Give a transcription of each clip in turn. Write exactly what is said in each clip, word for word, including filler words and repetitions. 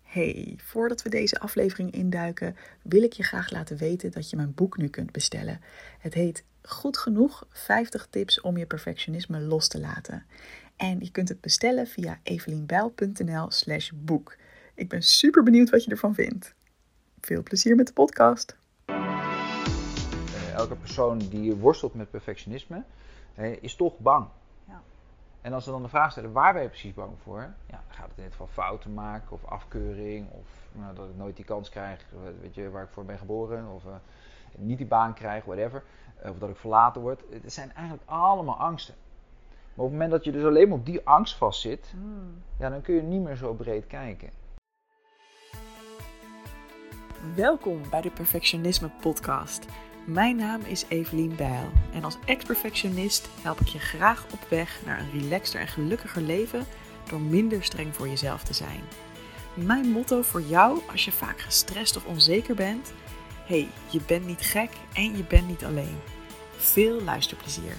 Hey, voordat we deze aflevering induiken, wil ik je graag laten weten dat je mijn boek nu kunt bestellen. Het heet Goed Genoeg, vijftig tips om je perfectionisme los te laten. En je kunt het bestellen via evelienbijl.nl slash boek. Ik ben super benieuwd wat je ervan vindt. Veel plezier met de podcast. Uh, elke persoon die worstelt met perfectionisme uh, is toch bang. Ja. En als we dan de vraag stellen, waar ben je precies bang voor? Ja, dan gaat het in dit geval fouten maken of afkeuring of nou, dat ik nooit die kans krijg, weet je, waar ik voor ben geboren of uh, niet die baan krijg, whatever. Uh, of dat ik verlaten word. Het zijn eigenlijk allemaal angsten. Maar op het moment dat je dus alleen maar op die angst vastzit, mm. ja, dan kun je niet meer zo breed kijken. Welkom bij de Perfectionisme Podcast. Mijn naam is Evelien Bijl en als ex-perfectionist help ik je graag op weg naar een relaxter en gelukkiger leven door minder streng voor jezelf te zijn. Mijn motto voor jou als je vaak gestrest of onzeker bent: hey, je bent niet gek en je bent niet alleen. Veel luisterplezier.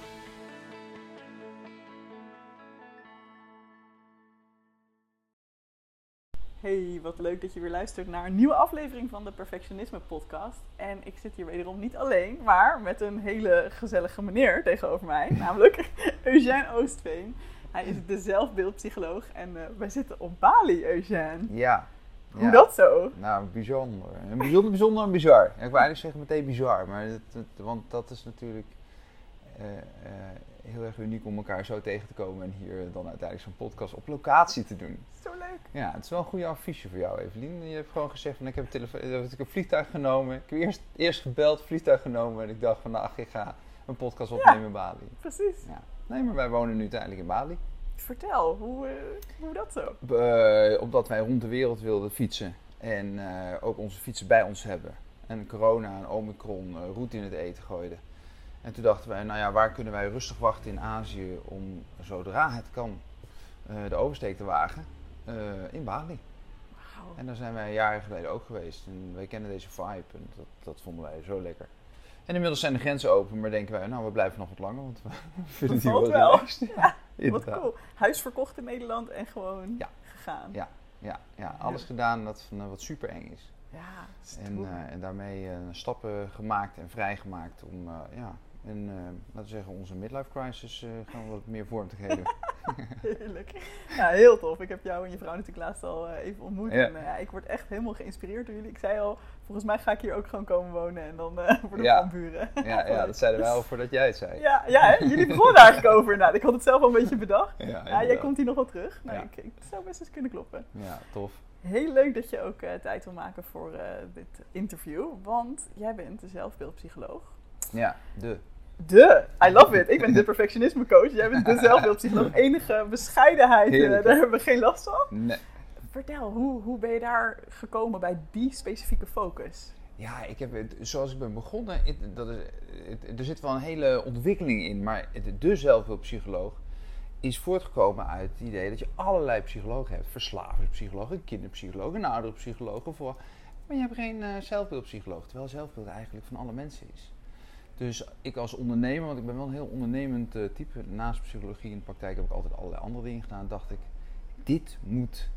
Hey, wat leuk dat je weer luistert naar een nieuwe aflevering van de Perfectionisme Podcast. En ik zit hier wederom niet alleen, maar met een hele gezellige meneer tegenover mij, namelijk Eugène Oostveen. Hij is de zelfbeeldpsycholoog en uh, wij zitten op Bali, Eugène. Ja. Hoe ja. dat zo? Nou, bijzonder. Een bijzonder, bijzonder en bizar. Ik wil eigenlijk zeggen meteen bizar, maar het, het, want dat is natuurlijk uh, uh, heel erg uniek om elkaar zo tegen te komen en hier dan uiteindelijk zo'n podcast op locatie te doen. Zo leuk. Ja, het is wel een goede affiche voor jou, Evelien. Je hebt gewoon gezegd van ik heb een, telefo- ik heb een vliegtuig genomen. Ik heb eerst, eerst gebeld, vliegtuig genomen en ik dacht van nou, ik ga een podcast opnemen ja, in Bali. Precies. Ja. Nee, maar wij wonen nu uiteindelijk in Bali. Vertel, hoe, uh, hoe dat zo? Uh, omdat wij rond de wereld wilden fietsen en uh, ook onze fietsen bij ons hebben. En corona en Omicron uh, route in het eten gooiden. En toen dachten wij, nou ja, waar kunnen wij rustig wachten in Azië om zodra het kan uh, de oversteek te wagen? Uh, in Bali. Wow. En daar zijn wij jaren geleden ook geweest. En wij kennen deze vibe en dat, dat vonden wij zo lekker. En inmiddels zijn de grenzen open, maar denken wij, nou we blijven nog wat langer, want we vinden het hier wel relaxed. Ja, ja, wat cool. Huis verkocht in Nederland en gewoon ja. gegaan. Ja, ja, ja, alles ja. gedaan dat, wat super eng is. Ja, en, uh, en daarmee uh, stappen gemaakt en vrijgemaakt om uh, ja, en, uh, laten we zeggen, onze midlife crisis uh, gaan wat meer vorm te geven. Heerlijk. Ja, heel tof. Ik heb jou en je vrouw natuurlijk laatst al uh, even ontmoet. Ja. En uh, ik word echt helemaal geïnspireerd door jullie. Ik zei al, volgens mij ga ik hier ook gewoon komen wonen en dan uh, worden we ja. van buren. Ja, ja, dat zeiden wij al voordat jij het zei. Ja, ja hè? Jullie begonnen daar eigenlijk over inderdaad. Ik had het zelf al een beetje bedacht. Ja, ja, jij komt hier nog wel terug. Nou, ja. ik, ik zou best eens kunnen kloppen. Ja, tof. Heel leuk dat je ook uh, tijd wil maken voor uh, dit interview, want jij bent de zelfbeeldpsycholoog. Ja, de. De, I love it. Ik ben de perfectionisme coach. Jij bent de zelfbeeldpsycholoog. Enige bescheidenheid, uh, daar hebben we geen last van. Nee. Vertel, hoe, hoe ben je daar gekomen bij die specifieke focus? Ja, ik heb, zoals ik ben begonnen, dat is, er zit wel een hele ontwikkeling in, maar de zelfbeeldpsycholoog is voortgekomen uit het idee dat je allerlei psychologen hebt. Verslavingspsychologen, kinderpsychologen, ouderenpsychologen, voor. Maar je hebt geen uh, zelfbeeldpsycholoog, terwijl zelfbeeld eigenlijk van alle mensen is. Dus ik als ondernemer, want ik ben wel een heel ondernemend uh, type, naast psychologie in de praktijk heb ik altijd allerlei andere dingen gedaan, dacht ik, dit moet,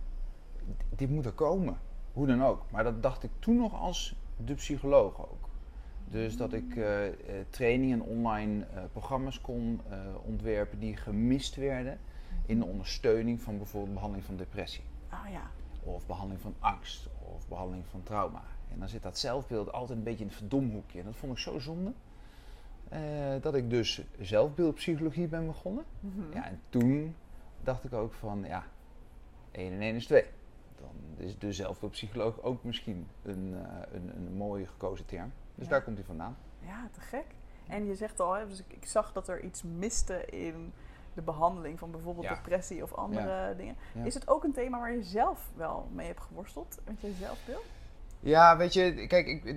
dit moet er komen, hoe dan ook. Maar dat dacht ik toen nog als de psycholoog ook. Dus dat ik uh, uh, trainingen en online uh, programma's kon uh, ontwerpen die gemist werden in de ondersteuning van bijvoorbeeld behandeling van depressie. Oh ja. Of behandeling van angst of behandeling van trauma. En dan zit dat zelfbeeld altijd een beetje in het verdomhoekje. En dat vond ik zo zonde. Uh, dat ik dus zelfbeeldpsychologie ben begonnen. Mm-hmm. Ja, en toen dacht ik ook van, ja, één en één is twee. Dan is de zelfbeeldpsycholoog ook misschien een, uh, een, een mooie gekozen term. Dus ja. Daar komt hij vandaan. Ja, te gek. En je zegt al, hè, dus ik, ik zag dat er iets miste in de behandeling van bijvoorbeeld ja. depressie of andere ja. dingen. Ja. Is het ook een thema waar je zelf wel mee hebt geworsteld? Met je zelfbeeld? Ja, weet je, kijk, ik,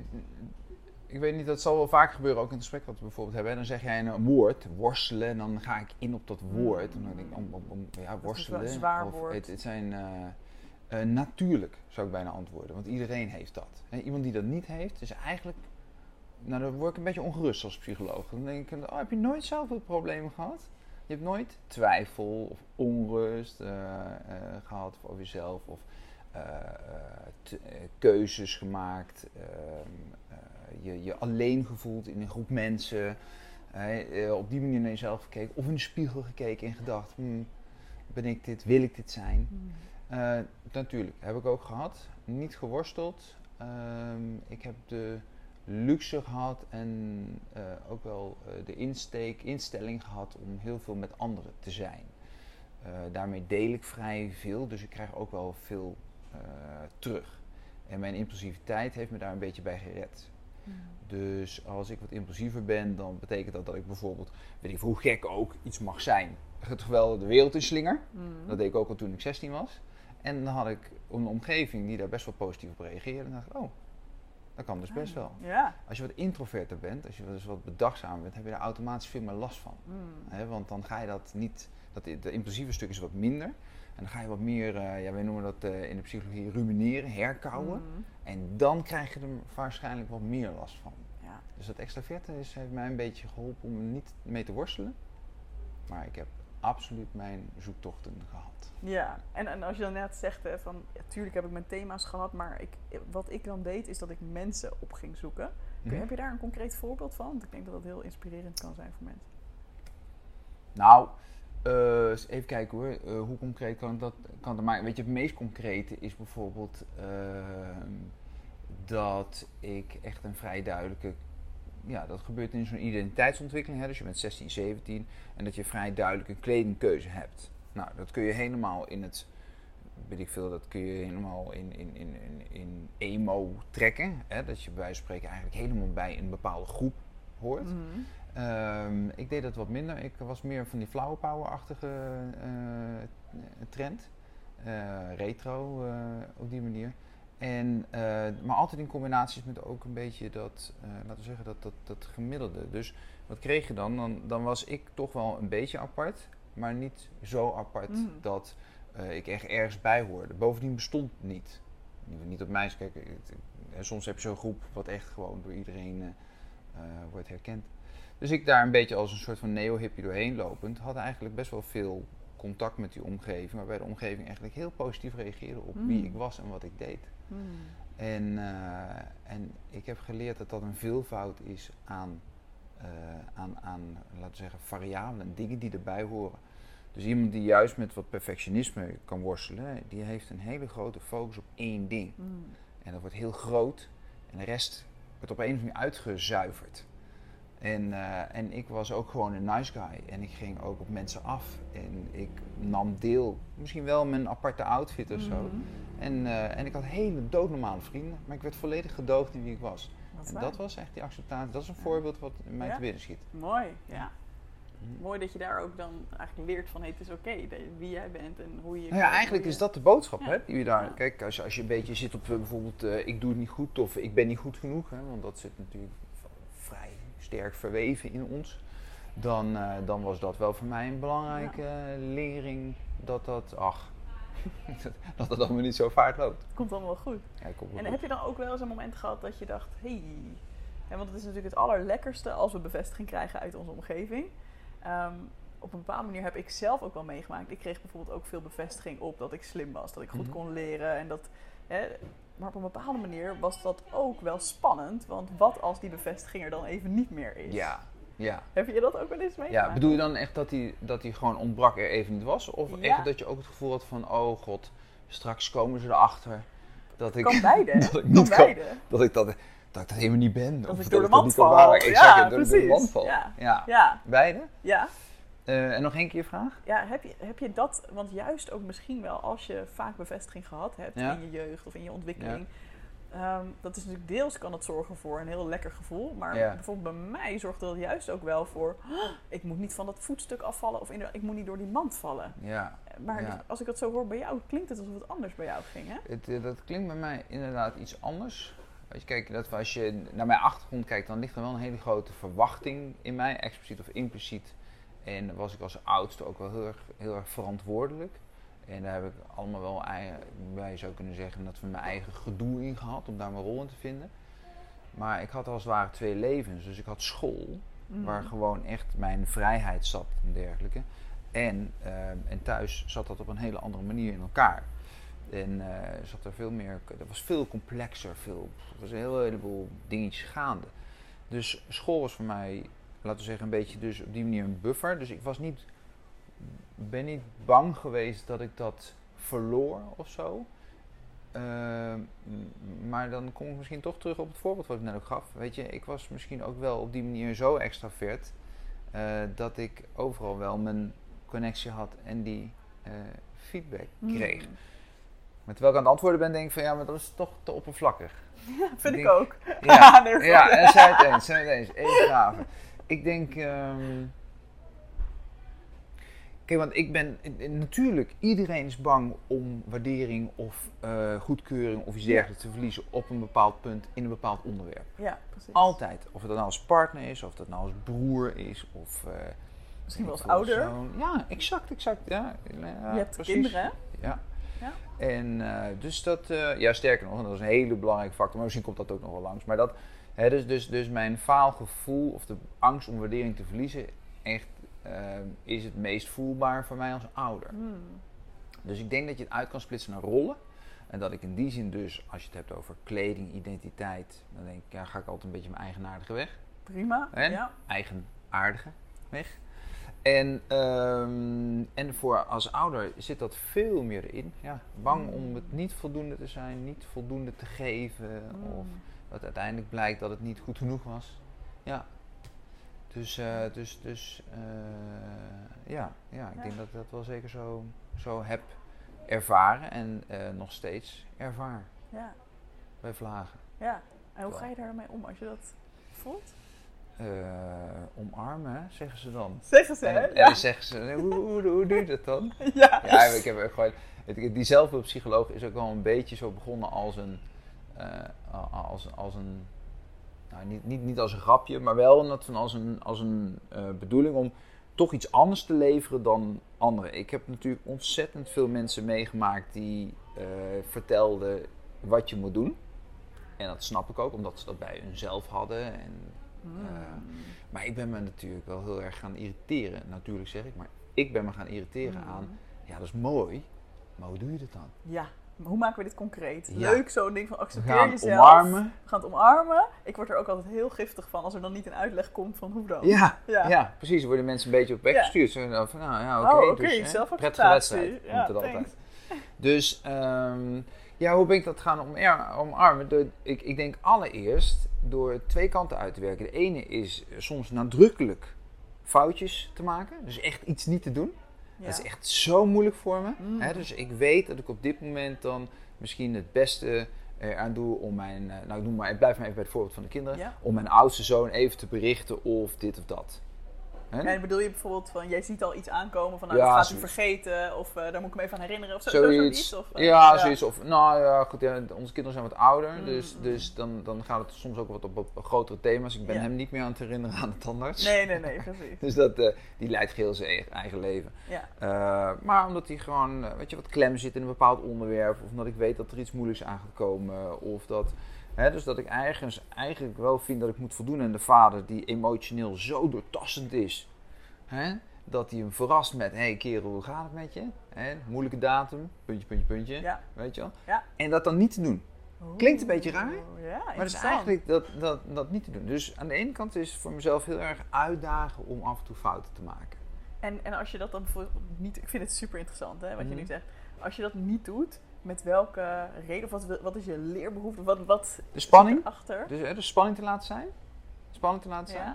ik weet niet, dat zal wel vaak gebeuren, ook in het gesprek wat we bijvoorbeeld hebben. Dan zeg jij een woord, worstelen, en dan ga ik in op dat woord. En dan denk ik, om, om, om, ja, worstelen. Dat is wel een zwaar of, woord. Het, het zijn, uh, uh, natuurlijk zou ik bijna antwoorden, want iedereen heeft dat. He, iemand die dat niet heeft, is eigenlijk, nou dan word ik een beetje ongerust als psycholoog. Dan denk ik, oh, heb je nooit zelfbeeldproblemen gehad? Je hebt nooit twijfel of onrust uh, uh, gehad over jezelf of uh, t- uh, keuzes gemaakt, uh, uh, je, je alleen gevoeld in een groep mensen, uh, uh, op die manier naar jezelf gekeken of in de spiegel gekeken en gedacht, hmm, ben ik dit, wil ik dit zijn? Mm. Uh, natuurlijk, heb ik ook gehad, niet geworsteld. Uh, ik heb de luxe gehad en uh, ook wel uh, de insteek, instelling gehad om heel veel met anderen te zijn. Uh, daarmee deel ik vrij veel, dus ik krijg ook wel veel uh, terug. En mijn impulsiviteit heeft me daar een beetje bij gered. Mm. Dus als ik wat impulsiever ben, dan betekent dat dat ik bijvoorbeeld, weet ik hoe gek ook, iets mag zijn. Terwijl de wereld in slinger, mm. dat deed ik ook al toen ik zestien was. En dan had ik een omgeving die daar best wel positief op reageerde. En dan dacht ik, oh, dat kan dus best wel. Ja. Als je wat introverter bent, als je dus wat bedachtzamer bent, heb je daar automatisch veel meer last van. Mm. He, want dan ga je dat niet, dat, de impulsieve stuk is wat minder. En dan ga je wat meer, uh, ja, wij noemen dat uh, in de psychologie rumineren, herkauwen. Mm. En dan krijg je er waarschijnlijk wat meer last van. Ja. Dus dat extraverte is, heeft mij een beetje geholpen om er niet mee te worstelen. Maar ik heb absoluut mijn zoektochten gehad. Ja, en, en als je dan net zegt hè, van, ja, tuurlijk heb ik mijn thema's gehad, maar ik, wat ik dan deed is dat ik mensen op ging zoeken. Mm-hmm. Heb je daar een concreet voorbeeld van? Want ik denk dat dat heel inspirerend kan zijn voor mensen. Nou, uh, even kijken hoor, uh, hoe concreet kan dat kan dat maken? Weet je, het meest concrete is bijvoorbeeld uh, dat ik echt een vrij duidelijke, ja, dat gebeurt in zo'n identiteitsontwikkeling, hè, dus je bent zestien, zeventien en dat je vrij duidelijk een kledingkeuze hebt. Nou, dat kun je helemaal in het, weet ik veel, dat kun je helemaal in, in, in, in, in emo trekken. Hè? Dat je bij wijze van spreken eigenlijk helemaal bij een bepaalde groep hoort. Mm-hmm. Um, ik deed dat wat minder. Ik was meer van die flower power-achtige uh, trend. Uh, retro, uh, op die manier. En, uh, maar altijd in combinaties met ook een beetje dat, uh, laten we zeggen, dat, dat, dat gemiddelde. Dus wat kreeg je dan? dan? Dan was ik toch wel een beetje apart. Maar niet zo apart mm. dat uh, ik echt ergens bij hoorde. Bovendien bestond het niet. Niet op mij. Kijk, het, het, soms heb je zo'n groep wat echt gewoon door iedereen uh, uh, wordt herkend. Dus ik daar een beetje als een soort van neo-hippie doorheen lopend, had eigenlijk best wel veel contact met die omgeving. Waarbij de omgeving eigenlijk heel positief reageerde op mm. wie ik was en wat ik deed. Mm. En, uh, en ik heb geleerd dat dat een veelvoud is aan... Uh, aan, aan, laten we zeggen, variabelen, dingen die erbij horen. Dus iemand die juist met wat perfectionisme kan worstelen, die heeft een hele grote focus op één ding. Mm. En dat wordt heel groot en de rest wordt op een of andere manier uitgezuiverd. En, uh, en ik was ook gewoon een nice guy en ik ging ook op mensen af en ik nam deel, misschien wel mijn aparte outfit of zo. Mm-hmm. En, uh, en ik had hele doodnormale vrienden, maar ik werd volledig gedoogd in wie ik was. En dat was echt die acceptatie. Dat is een ja. voorbeeld wat mij ja. te binnen schiet. Mooi, ja. Hm. Mooi dat je daar ook dan eigenlijk leert van, hey, het is oké, okay, wie jij bent en hoe je... Nou ja, eigenlijk je... is dat de boodschap, ja. hè, die je daar... Ja. Kijk, als je, als je een beetje zit op uh, bijvoorbeeld, uh, ik doe het niet goed of ik ben niet goed genoeg, hè, want dat zit natuurlijk vrij sterk verweven in ons, dan, uh, dan was dat wel voor mij een belangrijke ja. lering dat dat, ach... dat het allemaal niet zo vaart loopt. Komt allemaal goed. Ja, komt wel en goed. Heb je dan ook wel eens een moment gehad dat je dacht, hé, hey, ja, want het is natuurlijk het allerlekkerste als we bevestiging krijgen uit onze omgeving. Um, op een bepaalde manier heb ik zelf ook wel meegemaakt. Ik kreeg bijvoorbeeld ook veel bevestiging op dat ik slim was, dat ik goed mm-hmm. kon leren en dat. Hè, maar op een bepaalde manier was dat ook wel spannend, want wat als die bevestiging er dan even niet meer is? Ja. Ja. Heb je dat ook wel eens meegemaakt? Ja, bedoel je dan echt dat hij dat hij gewoon ontbrak er even niet was? Of ja. echt dat je ook het gevoel had van, oh god, straks komen ze erachter dat ik... Kan beide, dat ik kan niet beide. Kan, dat ik dat, dat ik dat helemaal niet ben. Dat of ik dat door ik de mand val. Ik ja, zeg door, precies. door de mand val. Ja. Ja. Ja. Beide? Ja. Uh, en nog één keer vraag? Ja, heb je, heb je dat, want juist ook misschien wel als je vaak bevestiging gehad hebt ja. in je jeugd of in je ontwikkeling... Ja. Um, dat is natuurlijk deels kan het zorgen voor een heel lekker gevoel. Maar ja. bijvoorbeeld bij mij zorgde dat juist ook wel voor... Oh, ik moet niet van dat voetstuk afvallen of in de, ik moet niet door die mand vallen. Ja. Maar ja. als ik dat zo hoor bij jou, klinkt het alsof het anders bij jou ging, hè? Het, uh, dat klinkt bij mij inderdaad iets anders. Weet je, kijk, dat als je naar mijn achtergrond kijkt, dan ligt er wel een hele grote verwachting in mij. Expliciet of impliciet. En was ik als oudste ook wel heel erg, heel erg verantwoordelijk. En daar heb ik allemaal wel, wij zou kunnen zeggen, dat we mijn eigen gedoe in gehad om daar mijn rol in te vinden. Maar ik had als het ware twee levens. Dus ik had school, mm. waar gewoon echt mijn vrijheid zat en dergelijke. En, uh, en thuis zat dat op een hele andere manier in elkaar. En uh, zat er veel meer, dat was veel complexer, veel, er was een hele, heleboel dingetjes gaande. Dus school was voor mij, laten we zeggen, een beetje dus op die manier een buffer. Dus ik was niet, ben niet bang geweest dat ik dat verloor of zo. Uh, maar dan kom ik misschien toch terug op het voorbeeld wat ik net ook gaf. Weet je, ik was misschien ook wel op die manier zo extravert uh, dat ik overal wel mijn connectie had en die uh, feedback kreeg. Mm. Maar terwijl ik aan het antwoorden ben, denk ik van ja, maar dat is toch te oppervlakkig. Ja, vind ik, ik denk, ook. Ja, nee, ja, en zijn het eens, zijn het eens. Even graven. Ik denk, um, kijk, want ik ben, natuurlijk, iedereen is bang om waardering of uh, goedkeuring of iets dergelijks te verliezen op een bepaald punt in een bepaald onderwerp. Ja, precies. Altijd. Of het nou als partner is, of dat nou als broer is, of... Uh, misschien wel als ouder. Zo'n, ja, exact, exact. Ja, ja, je hebt precies. kinderen, hè? Ja. Ja. En uh, dus dat, uh, ja sterker nog, dat is een hele belangrijke factor, maar misschien komt dat ook nog wel langs. Maar dat, hè, dus, dus, dus mijn faalgevoel of de angst om waardering te verliezen, echt uh, is het meest voelbaar voor mij als ouder. Hmm. Dus ik denk dat je het uit kan splitsen naar rollen. En dat ik in die zin dus, als je het hebt over kleding, identiteit, dan denk ik, ja, ga ik altijd een beetje mijn eigenaardige weg. Prima, en ja. Eigenaardige weg. En, um, en voor als ouder zit dat veel meer erin. Ja, bang mm. om het niet voldoende te zijn, niet voldoende te geven. Mm. Of dat uiteindelijk blijkt dat het niet goed genoeg was. Ja. Dus, uh, dus, dus uh, ja, ja, ik ja. denk dat ik dat wel zeker zo, zo heb ervaren. En uh, nog steeds ervaar. Ja. Bij vlagen. Ja. En hoe ga je daarmee om als je dat voelt? Uh, omarmen, zeggen ze dan. Zeggen ze, hè? En, ja. en dan zeggen ze, hoe, hoe, hoe doe je dat dan? Ja. Ja, ik heb gewoon... Die zelfhulppsycholoog is ook wel een beetje zo begonnen als een... Uh, als, als een... Nou, niet, niet, niet als een grapje, maar wel als een, als een uh, bedoeling om toch iets anders te leveren dan anderen. Ik heb natuurlijk ontzettend veel mensen meegemaakt die uh, vertelden wat je moet doen. En dat snap ik ook, omdat ze dat bij hunzelf hadden. En, uh, maar ik ben me natuurlijk wel heel erg gaan irriteren. Natuurlijk zeg ik, maar ik ben me gaan irriteren mm. aan... Ja, dat is mooi, maar hoe doe je dat dan? Ja, maar hoe maken we dit concreet? Ja. Leuk, zo'n ding van accepteer we gaan jezelf. Omarmen. We gaan het omarmen. Ik word er ook altijd heel giftig van als er dan niet een uitleg komt van hoe dan. Ja, ja. ja precies. Dan worden mensen een beetje op weg gestuurd. Ja. Zo van, nou ja, oké. Okay, oh, oké, okay. Dus, zelfacceptatie. Prettige wedstrijd, ja, komt het altijd. Dus... Um, ja, hoe ben ik dat gaan omarmen? Door, ik, ik denk allereerst door twee kanten uit te werken. De ene is soms nadrukkelijk foutjes te maken. Dus echt iets niet te doen. Ja. Dat is echt zo moeilijk voor me. Mm. Hè? Dus ik weet dat ik op dit moment dan misschien het beste eraan doe om mijn... Nou, ik, noem maar, ik blijf maar even bij het voorbeeld van de kinderen. Ja. Om mijn oudste zoon even te berichten of dit of dat. Hè? En bedoel je bijvoorbeeld van, jij ziet al iets aankomen van, nou, ja, dat gaat zoiets. Hij vergeten, of uh, daar moet ik me even aan herinneren, of zo, zoiets. Zo, of, uh, ja, ja, zoiets. Of, nou ja, goed, ja, onze kinderen zijn wat ouder, mm, dus, mm. dus dan, dan gaat het soms ook wat op, op grotere thema's. Ik ben ja. hem niet meer aan het herinneren aan de tandarts. Nee, nee, nee, precies. Dus dat, uh, die leidt geheel zijn eigen leven. Ja. Uh, maar omdat hij gewoon, uh, weet je, wat klem zit in een bepaald onderwerp, of omdat ik weet dat er iets moeilijks aan gaat komen, of dat... He, dus dat ik ergens eigenlijk wel vind dat ik moet voldoen aan de vader die emotioneel zo doortastend is. He, dat hij hem verrast met, hé hey, kerel, hoe gaat het met je? He, moeilijke datum, puntje, puntje, puntje, ja. Weet je wel? Ja. En dat dan niet te doen. Oeh. Klinkt een beetje raar, ja, maar dat is eigenlijk dat, dat, dat niet te doen. Dus aan de ene kant is het voor mezelf heel erg uitdagen om af en toe fouten te maken. En, en als je dat dan bijvoorbeeld niet, ik vind het super interessant hè, wat mm. je nu zegt. Als je dat niet doet, met welke reden, of wat, wat is je leerbehoefte, wat, wat de spanning, zit erachter? Dus hè, de spanning te laten zijn. Spanning te laten zijn. Ja.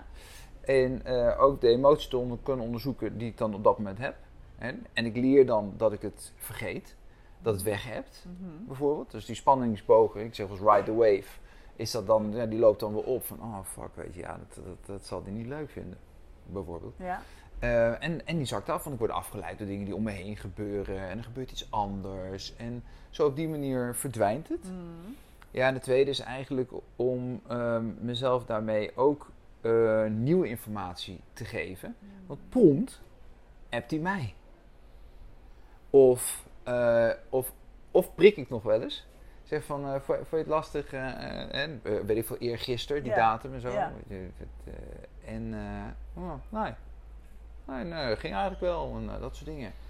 En uh, ook de emoties te onder, kunnen onderzoeken die ik dan op dat moment heb. En, en ik leer dan dat ik het vergeet. Dat het weg hebt, mm-hmm. bijvoorbeeld. Dus die spanningsbogen, ik zeg als ride the wave. Is dat dan, ja, die loopt dan weer op van, oh fuck, weet je, ja, dat, dat, dat zal hij niet leuk vinden. Bijvoorbeeld. Ja. Uh, en, en die zakt af, want ik word afgeleid door dingen die om me heen gebeuren. En er gebeurt iets anders. En zo op die manier verdwijnt het. Mm. Ja, en de tweede is eigenlijk om uh, mezelf daarmee ook... Uh, nieuwe informatie te geven. Mm. Want prompt appt hij mij. Of, uh, of, of prik ik nog wel eens. Zeg van, uh, vond je het lastig? Uh, uh, uh, weet ik veel, eergisteren, die yeah. datum en zo. Yeah. Uh, en, uh, oh, nee. Nee, nee, ging eigenlijk wel. En uh, dat soort dingen.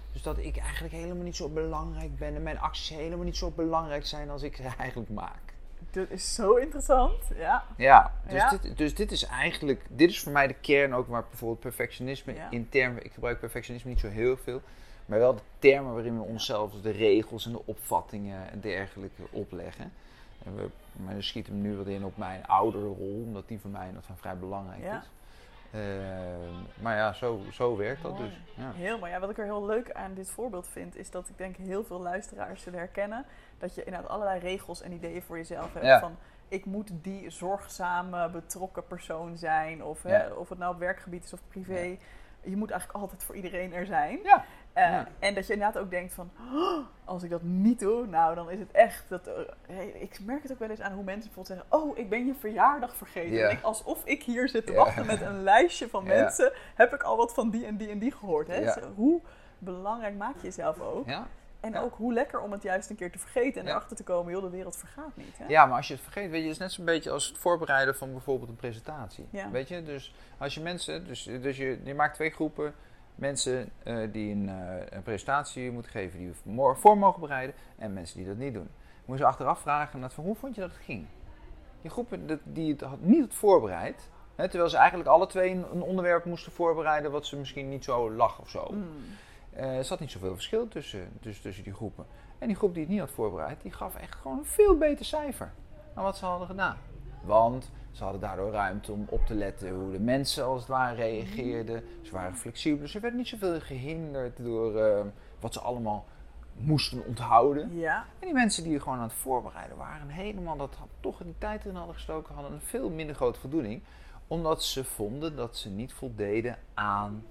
Dus dat ik eigenlijk helemaal niet zo belangrijk ben en mijn acties helemaal niet zo belangrijk zijn als ik ze eigenlijk maak. Dat is zo interessant, ja. Ja, dus, ja. Dit, dus dit is eigenlijk, dit is voor mij de kern ook waar bijvoorbeeld perfectionisme Ja. in termen, ik gebruik perfectionisme niet zo heel veel, maar wel de termen waarin we onszelf, dus de regels en de opvattingen en dergelijke opleggen. En we, maar dan schiet hem nu wat in op mijn ouderrol, omdat die voor mij nog van vrij belangrijk Ja. is. Uh, maar ja, zo, zo werkt dat Mooi. dus. Ja. Heel mooi. Ja, wat ik er heel leuk aan dit voorbeeld vind, is dat ik denk heel veel luisteraars zullen herkennen dat je inderdaad allerlei regels en ideeën voor jezelf hebt. Ja. Van, ik moet die zorgzame, betrokken persoon zijn. Of, Ja. hè, of het nou op werkgebied is of privé. Ja. Je moet eigenlijk altijd voor iedereen er zijn. Ja. Uh, ja. En dat je inderdaad ook denkt van, oh, als ik dat niet doe, nou dan is het echt... Dat, uh, hey, ik merk het ook wel eens aan hoe mensen bijvoorbeeld zeggen, oh, ik ben je verjaardag vergeten. Ja. En ik, alsof ik hier zit te Ja. wachten met een lijstje van Ja. mensen, heb ik al wat van die en die en die gehoord. Hè? Ja. Dus hoe belangrijk maak je jezelf ook? Ja. En Ja. ook hoe lekker om het juist een keer te vergeten en Ja. erachter te komen, joh, de wereld vergaat niet. Hè? Ja, maar als je het vergeet, weet je, het is net zo'n beetje als het voorbereiden van bijvoorbeeld een presentatie. Ja. Weet je, dus als je mensen, dus, dus je, je maakt twee groepen mensen uh, die een, uh, een presentatie moeten geven, die we voor mogen bereiden, en mensen die dat niet doen. Moet je ze achteraf vragen, van hoe vond je dat het ging? Die groepen die het had, niet had voorbereid, hè, terwijl ze eigenlijk alle twee een, een onderwerp moesten voorbereiden wat ze misschien niet zo lag of zo. Mm. Uh, er zat niet zoveel verschil tussen, dus, tussen die groepen. En die groep die het niet had voorbereid, die gaf echt gewoon een veel beter cijfer dan wat ze hadden gedaan. Want ze hadden daardoor ruimte om op te letten hoe de mensen als het ware reageerden. Ze waren flexibel, ze werden niet zoveel gehinderd door uh, wat ze allemaal moesten onthouden. Ja. En die mensen die gewoon aan het voorbereiden waren, helemaal dat toch die tijd erin hadden gestoken, hadden een veel minder grote voldoening. Omdat ze vonden dat ze niet voldeden aan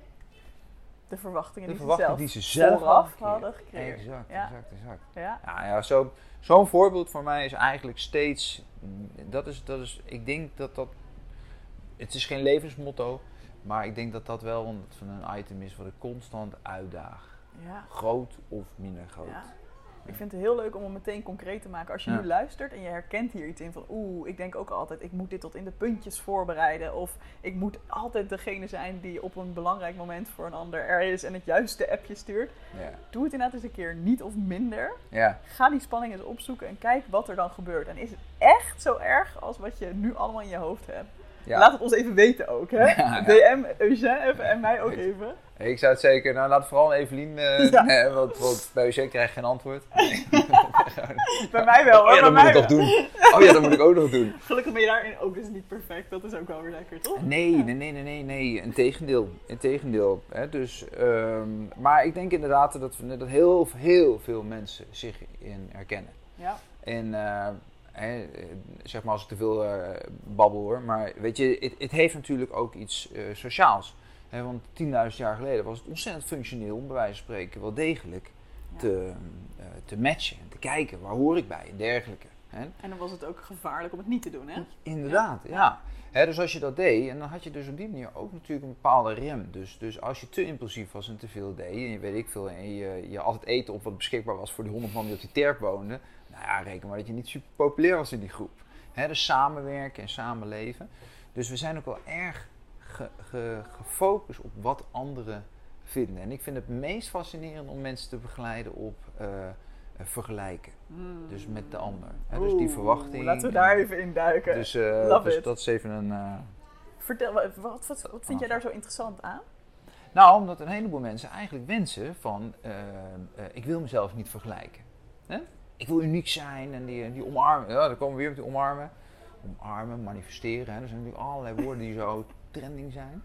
de verwachtingen, de die, verwachtingen ze die ze zelf vooraf hadden, hadden gecreëerd. Exact, ja. exact, exact. Ja. Ja, ja, zo, zo'n voorbeeld voor mij is eigenlijk steeds, dat is, dat is, ik denk dat dat, het is geen levensmotto, maar ik denk dat dat wel een item is wat ik constant uitdaag. Ja. Groot of minder groot. Ja. Ik vind het heel leuk om het meteen concreet te maken. Als je ja. nu luistert en je herkent hier iets in van, oeh, ik denk ook altijd, ik moet dit tot in de puntjes voorbereiden. Of ik moet altijd degene zijn die op een belangrijk moment voor een ander er is en het juiste appje stuurt. Ja. Doe het inderdaad eens een keer niet of minder. Ja. Ga die spanning eens opzoeken en kijk wat er dan gebeurt. En is het echt zo erg als wat je nu allemaal in je hoofd hebt? Ja. Laat het ons even weten ook, hè? Ja, ja. D M Eugène even en mij ook even. Ik zou het zeker, nou laat vooral een Evelien, uh, ja. nee, want, want bij Eugène krijg je geen antwoord. Bij mij wel hoor. Oh ja, dat bij moet mij ik nog doen. Oh ja, dat moet ik ook nog doen. Gelukkig ben je daarin ook dus niet perfect, dat is ook wel weer lekker, toch? Nee, nee, nee, nee, nee, nee. Integendeel. Integendeel. Hè? Dus, um, maar ik denk inderdaad dat, dat heel, heel veel mensen zich in herkennen. Ja. En uh, He, zeg maar als ik te veel uh, babbel hoor, maar weet je, het, het heeft natuurlijk ook iets uh, sociaals. He, want tienduizend jaar geleden was het ontzettend functioneel om bij wijze van spreken wel degelijk ja. te, uh, te matchen en te kijken, waar hoor ik bij en dergelijke. He. En dan was het ook gevaarlijk om het niet te doen, hè? Inderdaad, ja. ja. He, dus als je dat deed, en dan had je dus op die manier ook natuurlijk een bepaalde rem. Dus, dus als je te impulsief was en te veel deed, en je weet ik veel, en je, je altijd eten op wat beschikbaar was voor die honderd man die op die terp woonden. Nou ja, reken maar dat je niet super populair was in die groep. He, dus samenwerken en samenleven. Dus we zijn ook wel erg ge, ge, gefocust op wat anderen vinden. En ik vind het meest fascinerend om mensen te begeleiden op uh, uh, vergelijken. Mm. Dus met de ander. He, dus die verwachting. Laten we daar even in duiken. Dus, uh, Love dus it. dat is even een... Uh, Vertel, wat, wat, wat, wat vind jij daar zo interessant aan? Nou, omdat een heleboel mensen eigenlijk wensen van... Uh, uh, ik wil mezelf niet vergelijken. He? Ik wil uniek zijn en die, die omarmen. Ja, dan komen we weer met die omarmen. Omarmen, manifesteren. Hè. Er zijn natuurlijk allerlei woorden die zo trending zijn.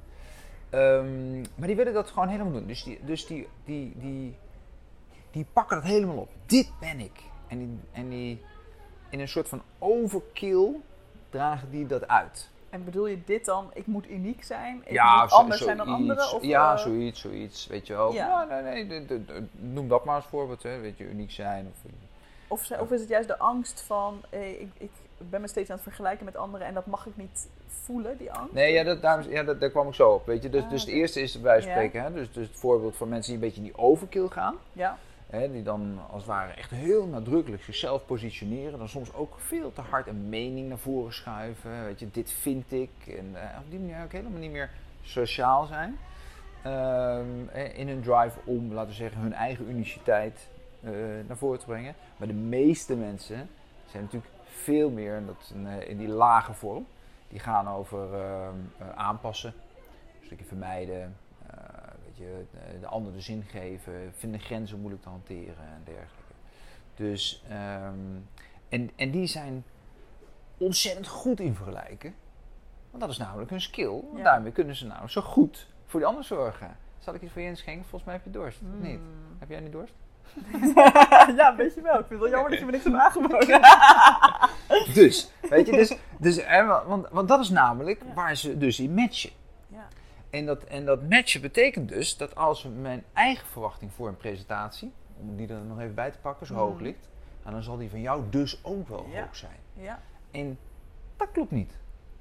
Um, maar die willen dat gewoon helemaal doen. Dus die, dus die, die, die, die pakken dat helemaal op. Dit ben ik. En, die, en die, in een soort van overkill dragen die dat uit. En bedoel je dit dan, ik moet uniek zijn? Ik ja, moet zo, anders zo zijn dan iets, anderen? Of, ja, uh... zoiets, zoiets. Weet je wel. Ja. Ja, nee, nee, de, de, de, noem dat maar als voorbeeld. Hè. Weet je, uniek zijn. Of, of, of is het juist de angst van, hey, ik, ik ben me steeds aan het vergelijken met anderen en dat mag ik niet voelen, die angst? Nee, ja, dat, daar, ja, dat, daar kwam ik zo op. Weet je. Dus, ah, dus okay. de eerste is bij wijze van spreken. Ja. Hè. Dus, dus het voorbeeld van mensen die een beetje in die overkill gaan. Ja. Hè, die dan als het ware echt heel nadrukkelijk zichzelf positioneren. Dan soms ook veel te hard een mening naar voren schuiven. Weet je, dit vind ik. En uh, op die manier ook helemaal niet meer sociaal zijn. um, in hun drive om, laten we zeggen, hun eigen uniciteit uh, naar voren te brengen. Maar de meeste mensen zijn natuurlijk veel meer in, dat, in, in die lage vorm. Die gaan over uh, uh, aanpassen, een stukje vermijden, uh, weet je, de, de ander de zin geven, vinden grenzen moeilijk te hanteren en dergelijke. Dus, um, en, en die zijn ontzettend goed in vergelijken. Want dat is namelijk hun skill. Ja. Daarmee kunnen ze nou zo goed voor die ander zorgen. Zal ik iets voor je inschenken? Volgens mij heb je dorst. Mm. Niet? Heb jij niet dorst? Ja, een beetje wel. Ik vind het wel jammer dat je me niks hebt aangeboden. Dus, weet je, dus, dus, hè, want, want dat is namelijk ja. waar ze dus in matchen. Ja. En, dat, en dat matchen betekent dus dat als mijn eigen verwachting voor een presentatie, om die er nog even bij te pakken, zo mm. hoog ligt, nou, dan zal die van jou dus ook wel ja. hoog zijn. Ja. En dat klopt niet.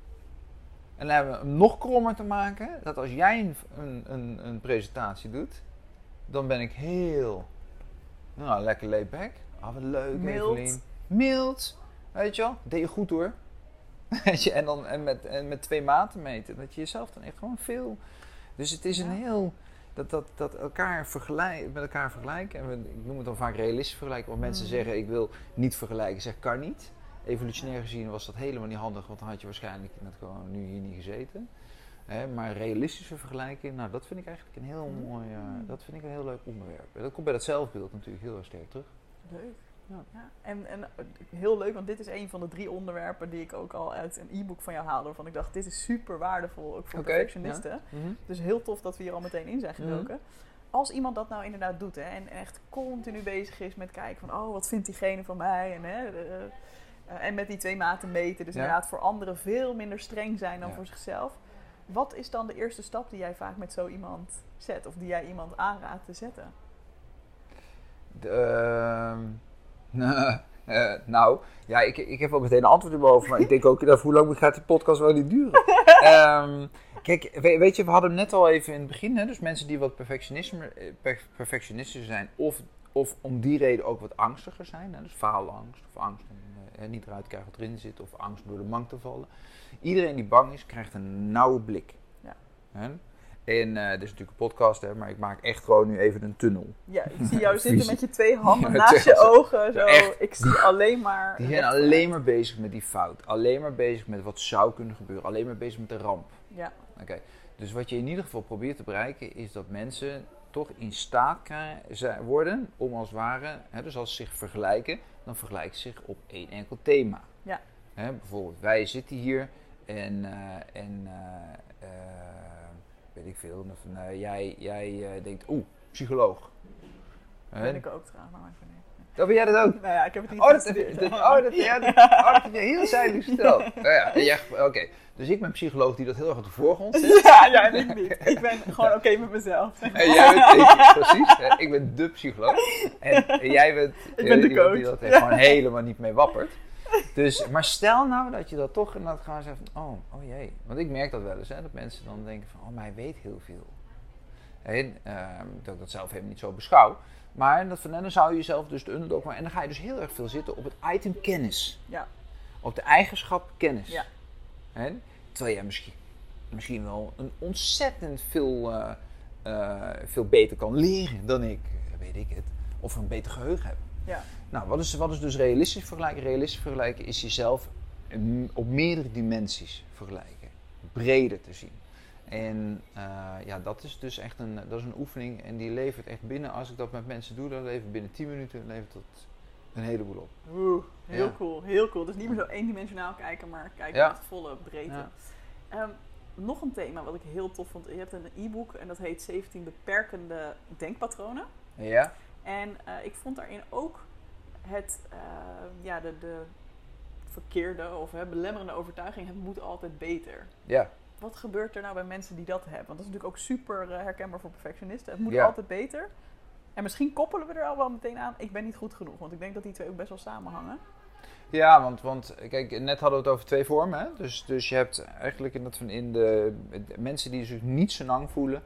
En dan hebben we hem nog krommer te maken, dat als jij een, een, een, een presentatie doet, dan ben ik heel, nou, lekker laid back. Ah, wat leuk, mild. Evelien. Mild, weet je wel, deed je goed hoor. Weet je, en dan en met, en met twee maten meten, dat je jezelf dan echt gewoon veel. Dus het is een ja. heel, dat, dat, dat elkaar vergelijk, met elkaar vergelijken, en we, ik noem het dan vaak realistisch vergelijken, want mensen mm. zeggen ik wil niet vergelijken, zeg kan niet. Evolutionair gezien was dat helemaal niet handig, want dan had je waarschijnlijk net gewoon nu hier niet gezeten. He, maar realistische vergelijking, nou dat vind ik eigenlijk een heel mooi, uh, dat vind ik een heel leuk onderwerp. En dat komt bij dat zelfbeeld natuurlijk heel erg sterk terug. Leuk. Ja. Ja, en, en heel leuk, want dit is een van de drie onderwerpen die ik ook al uit een e-book van jou haalde. Waarvan ik dacht, dit is super waardevol, ook voor okay, perfectionisten. Ja. Mm-hmm. Dus heel tof dat we hier al meteen in zijn gedoken. Mm-hmm. Als iemand dat nou inderdaad doet, hè, en echt continu bezig is met kijken van, oh, wat vindt diegene van mij? En, hè, de, uh, en met die twee maten meten, dus ja. inderdaad voor anderen veel minder streng zijn dan ja. voor zichzelf. Wat is dan de eerste stap die jij vaak met zo iemand zet? Of die jij iemand aanraadt te zetten? De, uh, uh, nou, ja, ik, ik heb wel meteen een antwoord hierover. Maar ik denk ook, dat hoe lang gaat die podcast wel niet duren? um, kijk, weet, weet je, we hadden hem net al even in het begin. Hè, dus mensen die wat perfectionistisch zijn. Of, of om die reden ook wat angstiger zijn. Hè, dus faalangst of angst om uh, niet eruit te krijgen wat erin zit. Of angst door de mank te vallen. Iedereen die bang is, krijgt een nauwe blik. Ja. Hè? En uh, dit is natuurlijk een podcast, hè, maar ik maak echt gewoon nu even een tunnel. Ja, ik zie jou zitten met je twee handen naast je ogen. Zo. Echt, ik zie alleen maar... Die zijn alleen maar bezig met die fout. Alleen maar bezig met wat zou kunnen gebeuren. Alleen maar bezig met de ramp. Ja. Oké. Okay. Dus wat je in ieder geval probeert te bereiken, is dat mensen toch in staat krijgen, worden om als het ware, hè, dus als ze zich vergelijken, dan vergelijken ze zich op één enkel thema. Ja. Hè, bijvoorbeeld, wij zitten hier en, uh, en uh, uh, weet ik veel, of, uh, jij, jij uh, denkt, oeh, psycholoog. Dat ben ik ook trouwens, maar ik Oh, ben jij dat ook? Nou ja, ik heb het niet oh, dat, dat, oh, dat, ja, dat, oh, dat heb je heel zuidelijk verteld. Oh, ja, ja, Oké, okay. Dus ik ben een psycholoog die dat heel erg op de voorgrond zet. Ja, ja, en ik niet. Ik ben gewoon oké okay met mezelf. En jij bent, ik, precies, hè, ik ben de psycholoog. En, en jij bent ik ben de coach. Die dat er gewoon helemaal niet mee wappert. Dus, maar stel nou dat je dat toch en dat gaan zeggen van, oh, oh jee. Want ik merk dat wel eens, hè, dat mensen dan denken van, oh, maar hij weet heel veel. En uh, dat ik dat zelf helemaal niet zo beschouw. Maar dat van, dan zou je jezelf dus de underdog maken. En dan ga je dus heel erg veel zitten op het item kennis. Ja. Op de eigenschap kennis. Ja. En, terwijl jij misschien, misschien wel een ontzettend veel, uh, uh, veel beter kan leren dan ik, weet ik het. Of een beter geheugen heb. Ja. Nou, wat is, wat is dus realistisch vergelijken? Realistisch vergelijken is jezelf op meerdere dimensies vergelijken. Breder te zien. En uh, ja, dat is dus echt een, dat is een oefening en die levert echt binnen, als ik dat met mensen doe, dan levert binnen tien minuten levert dat een heleboel op. Oeh, heel ja. cool, heel cool. Dus niet meer zo eendimensionaal kijken, maar kijken ja. met volle breedte. Ja. Um, nog een thema wat ik heel tof vond. Je hebt een e-book en dat heet zeventien beperkende denkpatronen. Ja. En uh, ik vond daarin ook het, uh, ja, de, de verkeerde of hè, belemmerende overtuiging, het moet altijd beter. Ja. Wat gebeurt er nou bij mensen die dat hebben? Want dat is natuurlijk ook super uh, herkenbaar voor perfectionisten. Het moet ja. altijd beter. En misschien koppelen we er al wel meteen aan, ik ben niet goed genoeg. Want ik denk dat die twee ook best wel samenhangen. Ja, want, want kijk, net hadden we het over twee vormen. Hè? Dus, dus je hebt eigenlijk in, dat van in de, de mensen die zich niet zo lang voelen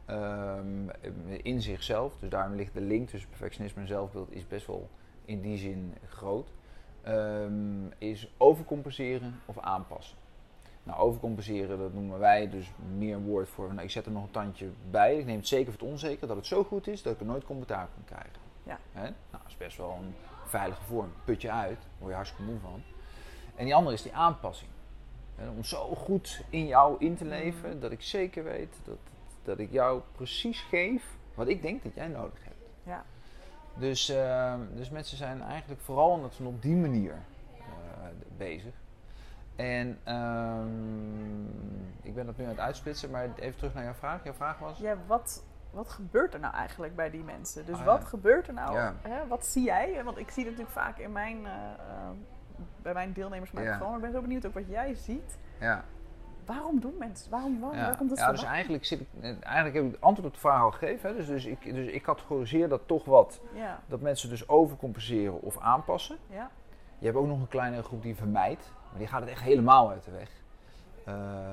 um, in zichzelf. Dus daarom ligt de link tussen perfectionisme en zelfbeeld is best wel in die zin groot. Um, is overcompenseren of aanpassen. Nou, overcompenseren, dat noemen wij dus meer een woord voor. Nou, ik zet er nog een tandje bij. Ik neem het zeker voor het onzeker dat het zo goed is dat ik er nooit commentaar kan krijgen. Ja. Hè? Nou, dat is best wel een veilige vorm. Put je uit, daar word je hartstikke moe van. En die andere is die aanpassing. Hè? Om zo goed in jou in te leven mm. dat ik zeker weet dat, dat ik jou precies geef wat ik denk dat jij nodig hebt. Ja. Dus, uh, dus mensen zijn eigenlijk vooral op die manier uh, bezig. En um, ik ben dat nu aan het uitsplitsen, maar even terug naar jouw vraag. Jouw vraag was? Ja, wat, wat gebeurt er nou eigenlijk bij die mensen? Dus ah, wat ja. gebeurt er nou? Ja. Hè? Wat zie jij? Want ik zie het natuurlijk vaak in mijn, uh, uh, bij mijn deelnemers van mijn ja. programma. Maar ik ben zo benieuwd ook wat jij ziet. Ja. Waarom doen mensen? Waarom, waarom ja. waar komt dat ja, vandaan? dus eigenlijk, zit ik, eigenlijk heb ik het antwoord op de vraag al gegeven. Hè? Dus, dus, ik, dus ik categoriseer dat toch wat. Ja. Dat mensen dus overcompenseren of aanpassen. Ja. Je hebt ook nog een kleinere groep die vermijdt. Maar die gaat het echt helemaal uit de weg. Uh,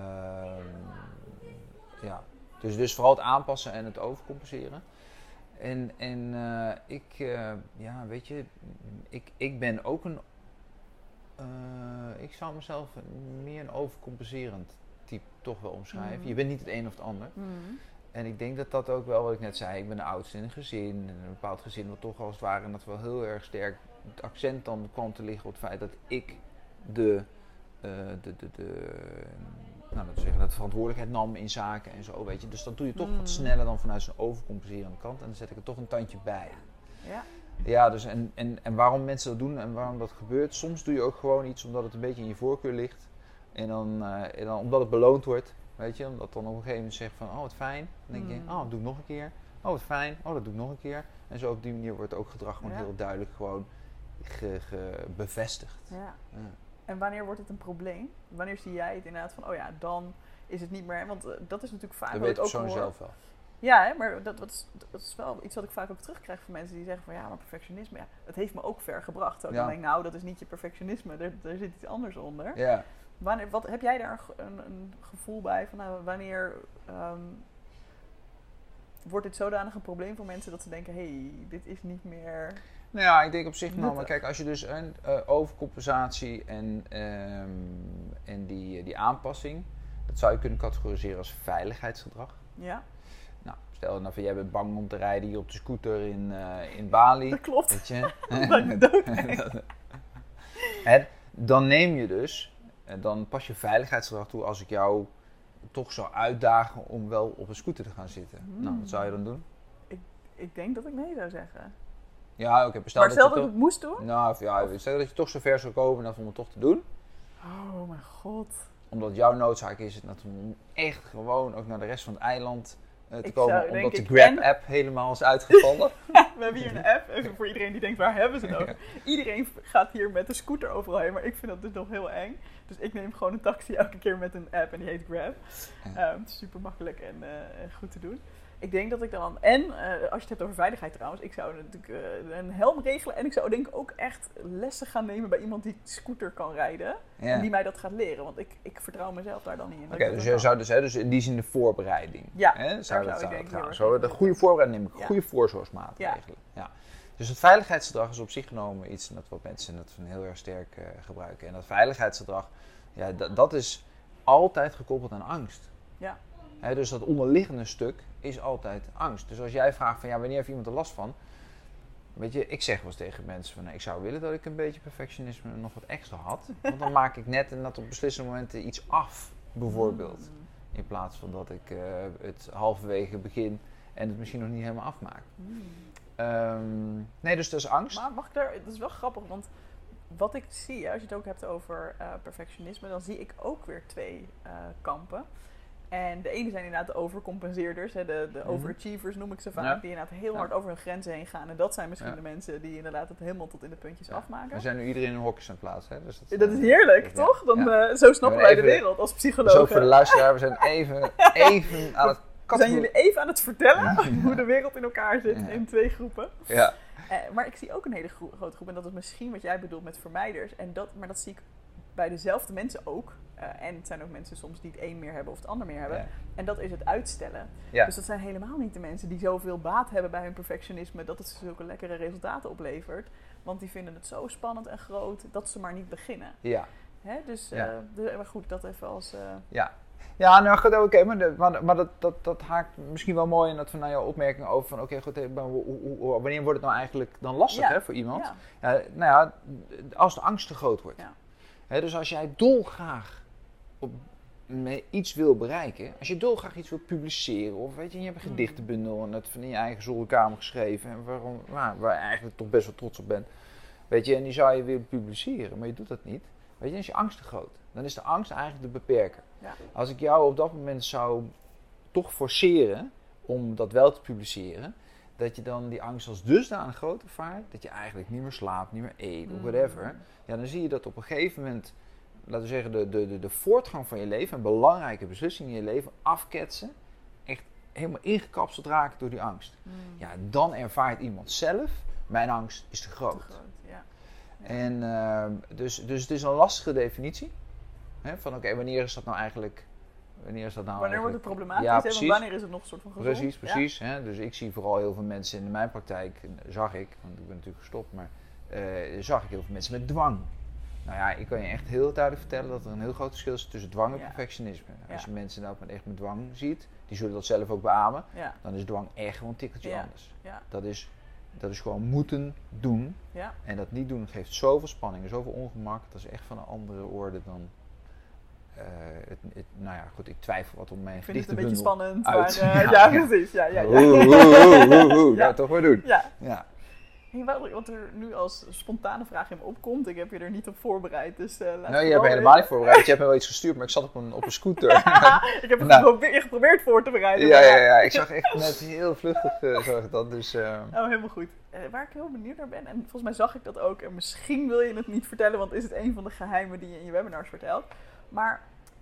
ja. Dus, dus vooral het aanpassen en het overcompenseren. En, en uh, ik, uh, ja, weet je, ik, ik ben ook een, uh, ik zou mezelf meer een overcompenserend type toch wel omschrijven. Mm. Je bent niet het een of het ander. Mm. En ik denk dat dat ook wel, wat ik net zei, ik ben de oudste in een gezin. En een bepaald gezin wat toch als het ware, en dat wel heel erg sterk het accent dan kwam te liggen op het feit dat ik de, uh, de, de, de nou, dat zeggen, dat verantwoordelijkheid nam in zaken en zo, weet je. Dus dan doe je toch mm. wat sneller dan vanuit zo'n overcompenserende kant. En dan zet ik er toch een tandje bij. Ja. Ja, dus en, en, en waarom mensen dat doen en waarom dat gebeurt. Soms doe je ook gewoon iets omdat het een beetje in je voorkeur ligt. En dan, uh, en dan omdat het beloond wordt, weet je. Omdat dan op een gegeven moment zegt van, oh wat fijn. Dan denk je, mm. oh dat doe ik nog een keer. Oh wat fijn, oh dat doe ik nog een keer. En zo op die manier wordt ook gedrag gewoon ja. heel duidelijk gewoon ge, ge, bevestigd. Ja. Ja. En wanneer wordt het een probleem? Wanneer zie jij het inderdaad van, oh ja, dan is het niet meer... Want uh, dat is natuurlijk vaak... Dat weet de ook persoon zelf wel. Ja, hè, maar dat, dat, is, dat is wel iets wat ik vaak ook terugkrijg van mensen die zeggen van... Ja, maar perfectionisme, ja, het heeft me ook ver gebracht. Zo, ja. Dan denk ik, nou, dat is niet je perfectionisme. Er, er zit iets anders onder. Ja. Wanneer, wat, heb jij daar een, een gevoel bij van, nou, wanneer... Um, wordt dit zodanig een probleem voor mensen dat ze denken... Hé, hey, dit is niet meer... Nou ja, ik denk op zich nou, maar kijk, als je dus een uh, overcompensatie en, um, en die, die aanpassing, dat zou je kunnen categoriseren als veiligheidsgedrag. Ja. Nou, stel nou van jij bent bang om te rijden hier op de scooter in, uh, in Bali. Dat klopt. Weet je? Dat en dan neem je dus, dan pas je veiligheidsgedrag toe als ik jou toch zou uitdagen om wel op een scooter te gaan zitten. Hmm. Nou, wat zou je dan doen? Ik, ik denk dat ik nee zou zeggen. Ja, oké. Okay, maar stel dat, dat ik het moest doen? Nou, ja, stel dat je toch zo ver zou komen dat om het toch te doen. Oh mijn god. Omdat jouw noodzaak is het om echt gewoon ook naar de rest van het eiland uh, te ik komen. Zou, omdat de en... Grab-app helemaal is uitgevallen. We hebben hier een app, even voor iedereen die denkt, waar hebben ze het over? Ja. Iedereen gaat hier met de scooter overal heen, maar ik vind dat dus nog heel eng. Dus ik neem gewoon een taxi elke keer met een app en die heet Grab. Ja. Um, super makkelijk en uh, goed te doen. Ik denk dat ik dan, en uh, als je het hebt over veiligheid trouwens, ik zou natuurlijk uh, een helm regelen en ik zou denk ik ook echt lessen gaan nemen bij iemand die scooter kan rijden. Ja. En die mij dat gaat leren, want ik, ik vertrouw mezelf daar dan niet in. Oké, okay, dus je zou dus, hè, dus in die zin de voorbereiding. Ja, hè, zou dat zou zou ik denk zo, de goede voorbereiding neem ik, ja. goede voorzorgsmaatregelen. Ja. Ja. Dus het veiligheidsgedrag is op zich genomen iets dat wat mensen dat heel erg sterk uh, gebruiken. En dat veiligheidsgedrag, ja, d- dat is altijd gekoppeld aan angst. Ja. He, dus dat onderliggende stuk is altijd angst. Dus als jij vraagt van ja, wanneer heeft iemand er last van? Weet je, ik zeg wel eens tegen mensen van ik zou willen dat ik een beetje perfectionisme nog wat extra had. Want dan maak ik net en dat op beslissende momenten iets af, bijvoorbeeld. Mm. In plaats van dat ik uh, het halverwege begin en het misschien nog niet helemaal afmaak. Mm. Um, nee, dus dat is angst. Maar mag ik daar, dat is wel grappig, want wat ik zie, als je het ook hebt over uh, perfectionisme, dan zie ik ook weer twee uh, kampen. En de ene zijn inderdaad de overcompenseerders, hè, de, de overachievers noem ik ze vaak, ja. die inderdaad heel ja. hard over hun grenzen heen gaan. En dat zijn misschien ja. de mensen die inderdaad het helemaal tot in de puntjes ja. afmaken. We zijn nu iedereen in hokjes aan het plaatsen. Hè? Dus dat, dat is heerlijk, ja. toch? Dan, ja. uh, zo snappen wij even, de wereld als psychologen. Zo voor de luisteraar, we zijn even, even aan het katten. Zijn jullie even aan het vertellen ja. hoe de wereld in elkaar zit ja. in twee groepen. Ja. Uh, maar ik zie ook een hele gro- grote groep en dat is misschien wat jij bedoelt met vermijders. En dat, maar dat zie ik bij dezelfde mensen ook. Uh, en het zijn ook mensen soms die het een meer hebben of het ander meer hebben. Ja. En dat is het uitstellen. Ja. Dus dat zijn helemaal niet de mensen die zoveel baat hebben bij hun perfectionisme dat het zulke lekkere resultaten oplevert. Want die vinden het zo spannend en groot dat ze maar niet beginnen. Ja. Hè? Dus, Ja. uh, de, maar goed, dat even als... Uh... Ja. Ja, nou goed, oké, okay, maar, de, maar, maar dat, dat, dat haakt misschien wel mooi in dat van nou, jouw opmerking over van oké, okay, goed, maar hoe, hoe, hoe, wanneer wordt het nou eigenlijk dan lastig ja. hè, voor iemand? Ja. Ja, nou ja, als de angst te groot wordt. Ja. Hè, dus als jij dolgraag op, iets wil bereiken, als je dolgraag iets wil publiceren of weet je, je hebt een gedichtenbundel en het van in je eigen zolderkamer geschreven en waarom, waar, waar je eigenlijk toch best wel trots op bent, weet je, en die zou je willen publiceren, maar je doet dat niet. Weet je, dan is je angst te groot. Dan is de angst eigenlijk de beperker. Ja. Als ik jou op dat moment zou toch forceren om dat wel te publiceren, dat je dan die angst als dusdanig groot ervaart, dat je eigenlijk niet meer slaapt, niet meer eet of whatever. Ja, dan zie je dat op een gegeven moment, laten we zeggen, de, de, de, de voortgang van je leven en belangrijke beslissingen in je leven afketsen, echt helemaal ingekapseld raken door die angst. Mm. Ja, dan ervaart iemand zelf, mijn angst is te groot. Te groot, ja. Ja. En uh, dus, dus het is een lastige definitie. Hè, van oké, okay, wanneer is dat nou eigenlijk... Wanneer is dat nou Wanneer eigenlijk... wordt het problematisch? Ja, Hè? precies. Want wanneer is het nog een soort van gezond? Precies, precies. Ja. Hè? Dus ik zie vooral heel veel mensen in mijn praktijk, zag ik, want ik ben natuurlijk gestopt, maar uh, zag ik heel veel mensen met dwang. Nou ja, ik kan je echt heel duidelijk vertellen dat er een heel groot verschil is tussen dwang en ja. perfectionisme. Ja. Als je mensen nou met echt met dwang ziet, die zullen dat zelf ook beamen, ja. dan is dwang echt gewoon een tikkeltje ja. anders. Ja. Dat is... Dat is gewoon moeten doen. Ja. En dat niet doen geeft zoveel spanning en zoveel ongemak. Dat is echt van een andere orde dan... Uh, het, het, nou ja, goed, ik twijfel wat om mijn gedichtenbundel Ik vind het een beetje spannend, uit. maar uh, ja, ja, precies. Ja, ja, ja. Oeh, oeh, oeh, oeh. Ja. Nou, toch maar doen. Ja. Ja. Hey, wat er nu als spontane vraag in me opkomt, ik heb je er niet op voorbereid, dus uh, laat Nou, je hebt me helemaal niet voorbereid. Je hebt me wel iets gestuurd, maar ik zat op een, op een scooter. Ik heb het nou. geprobeerd, geprobeerd voor te bereiden. Ja, ja, ja. Ik zag echt net heel vluchtig, uh, zag ik dat. Dus, uh... Oh, helemaal goed. Uh, waar ik heel benieuwd naar ben, en volgens mij zag ik dat ook, en misschien wil je het niet vertellen, want is het een van de geheimen die je in je webinars vertelt. Maar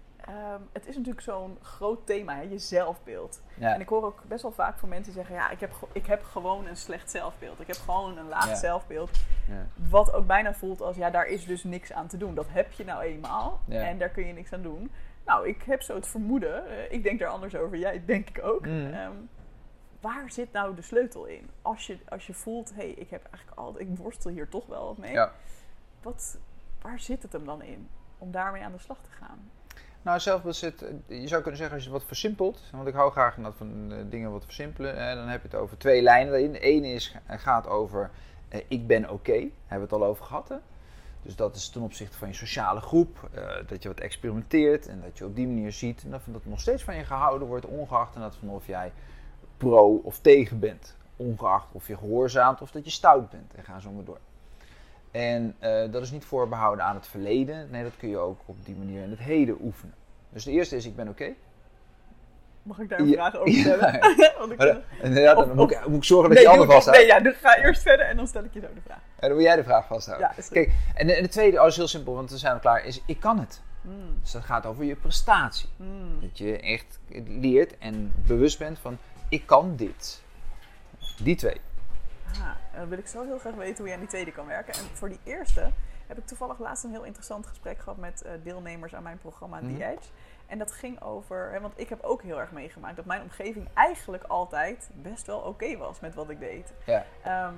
um, het is natuurlijk zo'n groot thema, hè, je zelfbeeld. Ja. En ik hoor ook best wel vaak van mensen zeggen, ja, ik heb, ik heb gewoon een slecht zelfbeeld. Ik heb gewoon een laag ja. zelfbeeld. Ja. Wat ook bijna voelt als, ja, daar is dus niks aan te doen. Dat heb je nou eenmaal ja. en daar kun je niks aan doen. Nou, ik heb zo het vermoeden, uh, ik denk daar anders over, jij denk ik ook. Mm. Um, waar zit nou de sleutel in? Als je, als je voelt, hé, hey, ik heb eigenlijk altijd, ik worstel hier toch wel wat mee. Ja. Wat, waar zit het hem dan in om daarmee aan de slag te gaan? Nou, zelfbeeld zit, je zou kunnen zeggen als je het wat versimpelt, want ik hou graag van uh, dingen wat versimpelen, eh, dan heb je het over twee lijnen daarin. De ene is, gaat over, uh, ik ben oké, okay. Daar hebben we het al over gehad. Hè? Dus dat is ten opzichte van je sociale groep, uh, dat je wat experimenteert en dat je op die manier ziet en dat, dat nog steeds van je gehouden wordt, ongeacht en dat van of jij pro of tegen bent, ongeacht of je gehoorzaamt of dat je stout bent en ga zo maar door. En uh, dat is niet voorbehouden aan het verleden. Nee, dat kun je ook op die manier in het heden oefenen. Dus de eerste is, ik ben oké. Okay. Mag ik daar een ja, vraag over stellen? Ja, ja. Want ik, maar, uh, ja, dan of, moet, ik, moet ik zorgen dat nee, je ander vasthoudt. Nee, ja, dus ga eerst verder en dan stel ik je zo de vraag. En dan wil jij de vraag vasthouden. Ja, is Kijk, en de, en de tweede, oh, is heel simpel, want we zijn al klaar, is ik kan het. Mm. Dus dat gaat over je prestatie. Mm. Dat je echt leert en bewust bent van, ik kan dit. Die twee. Ah, en dan wil ik zo heel graag weten hoe je aan die tweede kan werken. En voor die eerste heb ik toevallig laatst een heel interessant gesprek gehad met uh, deelnemers aan mijn programma mm-hmm. The Edge. En dat ging over, hè, want ik heb ook heel erg meegemaakt dat mijn omgeving eigenlijk altijd best wel oké okay was met wat ik deed. Ja. Um,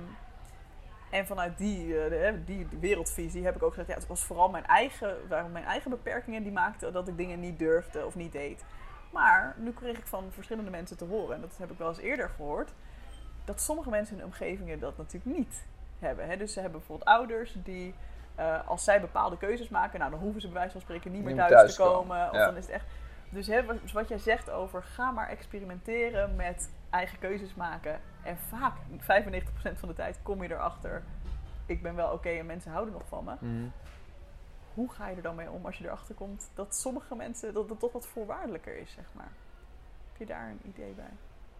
en vanuit die, uh, de, die wereldvisie heb ik ook gezegd, ja, het was vooral mijn eigen, mijn eigen beperkingen die maakten dat ik dingen niet durfde of niet deed. Maar nu kreeg ik van verschillende mensen te horen, en dat heb ik wel eens eerder gehoord, dat sommige mensen in hun omgevingen dat natuurlijk niet hebben. Hè? Dus ze hebben bijvoorbeeld ouders die, uh, als zij bepaalde keuzes maken, nou dan hoeven ze bij wijze van spreken niet meer thuis, thuis te komen. komen. Of ja. dan is het echt. Dus hè, wat jij zegt over, ga maar experimenteren met eigen keuzes maken. En vaak, vijfennegentig procent van de tijd, kom je erachter, ik ben wel oké okay en mensen houden nog van me. Mm. Hoe ga je er dan mee om als je erachter komt dat sommige mensen, dat het toch wat voorwaardelijker is, zeg maar? Heb je daar een idee bij?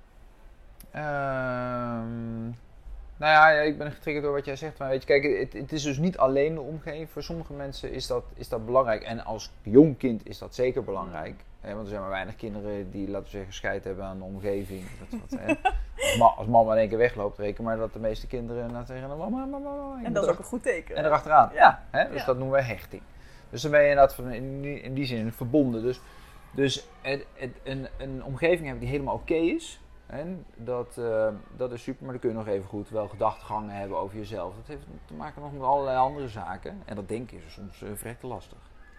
Um, nou ja, ja, ik ben getriggerd door wat jij zegt. Maar weet je, kijk, het, het is dus niet alleen de omgeving. Voor sommige mensen is dat, is dat belangrijk. En als jong kind is dat zeker belangrijk. Hè, want er zijn maar weinig kinderen die, laten we zeggen, scheid hebben aan de omgeving. Dat, wat, hè. Als, ma, als mama in één keer wegloopt, reken maar dat de meeste kinderen nou, zeggen, mama, mama, mama. En dat is ook een goed teken. En erachteraan. Ja, hè, dus ja. Dat noemen we hechting. Dus dan ben je inderdaad in die, in die zin verbonden. Dus, dus het, het, een, een omgeving hebben die helemaal oké okay is. En dat, uh, dat is super, maar dan kun je nog even goed wel gedachtegangen hebben over jezelf. Dat heeft te maken nog met allerlei andere zaken. En dat denken is soms uh, vrij te lastig.